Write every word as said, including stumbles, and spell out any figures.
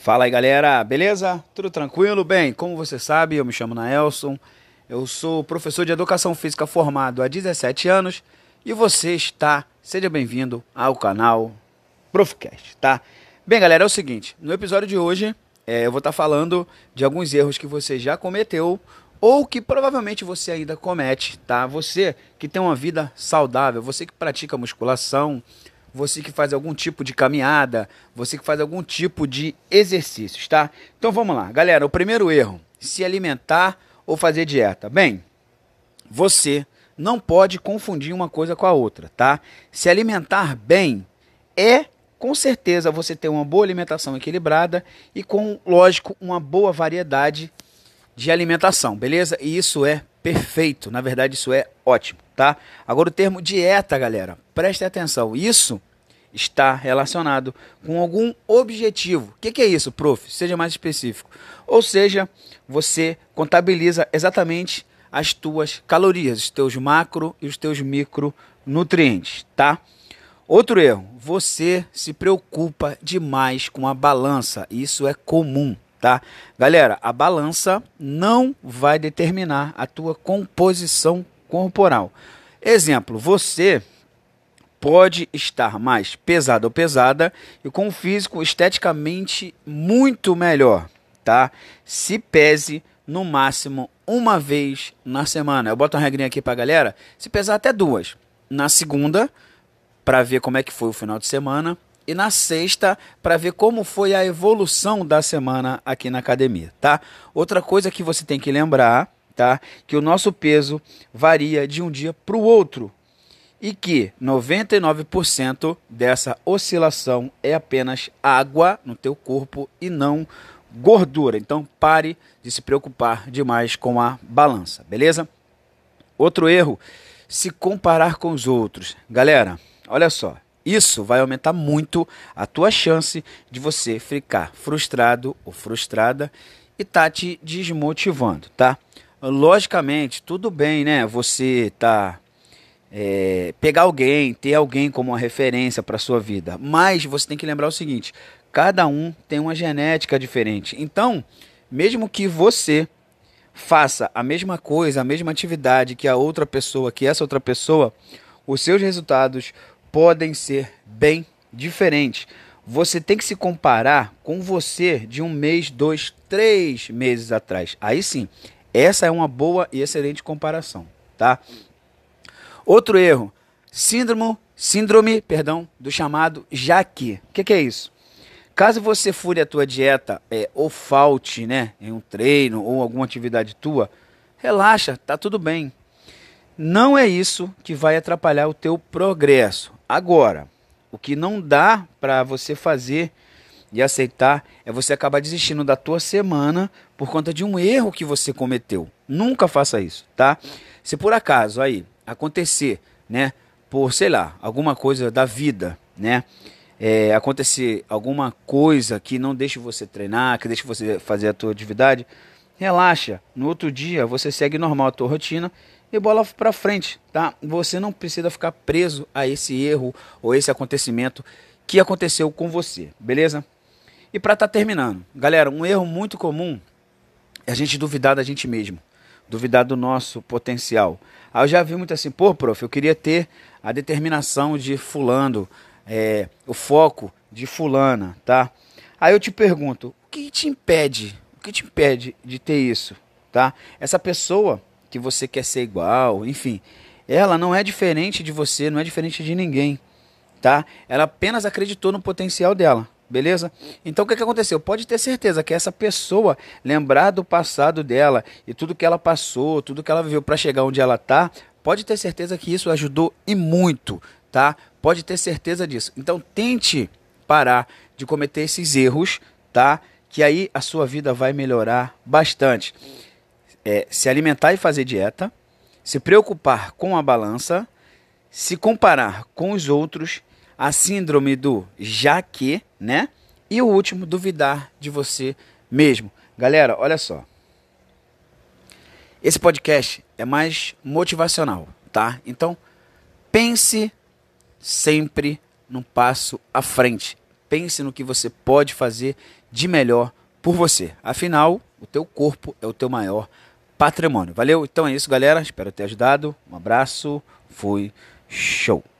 Fala aí, galera, beleza? Tudo tranquilo? Bem, como você sabe, eu me chamo Naelson, eu sou professor de Educação Física formado há dezessete anos e você está, seja bem-vindo ao canal Profcast, tá? Bem, galera, é o seguinte, no episódio de hoje é, eu vou estar falando de alguns erros que você já cometeu ou que provavelmente você ainda comete, tá? Você que tem uma vida saudável, você que pratica musculação, você que faz algum tipo de caminhada, você que faz algum tipo de exercícios, tá? Então vamos lá, galera, o primeiro erro, se alimentar ou fazer dieta. Bem, você não pode confundir uma coisa com a outra, tá? Se alimentar bem é, com certeza, você ter uma boa alimentação equilibrada e com, lógico, uma boa variedade de alimentação, beleza? E isso é perfeito, na verdade isso é ótimo, tá? Agora o termo dieta, galera, preste atenção, isso está relacionado com algum objetivo. O que, que é isso, prof? Seja mais específico. Ou seja, você contabiliza exatamente as tuas calorias, os teus macro e os teus micronutrientes, tá? Outro erro, você se preocupa demais com a balança, isso é comum. Tá? Galera, a balança não vai determinar a tua composição corporal. Exemplo, você pode estar mais pesado ou pesada e com um físico esteticamente muito melhor, tá? Se pese no máximo uma vez na semana. Eu boto uma regrinha aqui pra galera, se pesar até duas. Na segunda, para ver como é que foi o final de semana. E na sexta, para ver como foi a evolução da semana aqui na academia, tá? Outra coisa que você tem que lembrar, tá? Que o nosso peso varia de um dia para o outro. E que noventa e nove por cento dessa oscilação é apenas água no teu corpo e não gordura. Então pare de se preocupar demais com a balança, beleza? Outro erro, se comparar com os outros. Galera, olha só. Isso vai aumentar muito a tua chance de você ficar frustrado ou frustrada e tá te desmotivando, tá? Logicamente, tudo bem, né? Você tá é, pegar alguém, ter alguém como uma referência para sua vida, mas você tem que lembrar o seguinte: cada um tem uma genética diferente. Então, mesmo que você faça a mesma coisa, a mesma atividade que a outra pessoa, que essa outra pessoa, os seus resultados podem ser bem diferentes. Você tem que se comparar com você de um mês, dois, três meses atrás. Aí sim, essa é uma boa e excelente comparação, tá? Outro erro, síndrome, síndrome, perdão, do chamado já que. O que, que é isso? Caso você fure a tua dieta é, ou falte, né, em um treino ou alguma atividade tua, relaxa, tá tudo bem. Não é isso que vai atrapalhar o teu progresso. Agora, o que não dá para você fazer e aceitar é você acabar desistindo da tua semana por conta de um erro que você cometeu. Nunca faça isso, tá? Se por acaso aí acontecer, né, por, sei lá, alguma coisa da vida, né, é, acontecer alguma coisa que não deixe você treinar, que deixe você fazer a tua atividade, relaxa. No outro dia você segue normal a tua rotina e bola pra frente, tá? Você não precisa ficar preso a esse erro ou esse acontecimento que aconteceu com você, beleza? E para estar tá terminando, galera, um erro muito comum é a gente duvidar da gente mesmo, duvidar do nosso potencial. Aí eu já vi muito assim, pô, prof, eu queria ter a determinação de fulano, é, o foco de fulana, tá? Aí eu te pergunto, o que te impede, o que te impede de ter isso, tá? Essa pessoa que você quer ser igual, enfim, ela não é diferente de você, não é diferente de ninguém, tá? Ela apenas acreditou no potencial dela, beleza? Então o que, que aconteceu? Pode ter certeza que essa pessoa lembrar do passado dela e tudo que ela passou, tudo que ela viveu para chegar onde ela tá, pode ter certeza que isso ajudou e muito, tá? Pode ter certeza disso. Então tente parar de cometer esses erros, tá? Que aí a sua vida vai melhorar bastante. É, se alimentar e fazer dieta, se preocupar com a balança, se comparar com os outros, a síndrome do já que, né? E o último, duvidar de você mesmo. Galera, olha só. Esse podcast é mais motivacional, tá? Então, pense sempre num passo à frente. pense no que você pode fazer de melhor por você. Afinal, o teu corpo é o teu maior patrimônio. Valeu? Então é isso, galera. Espero ter ajudado. Um abraço. Fui. Show.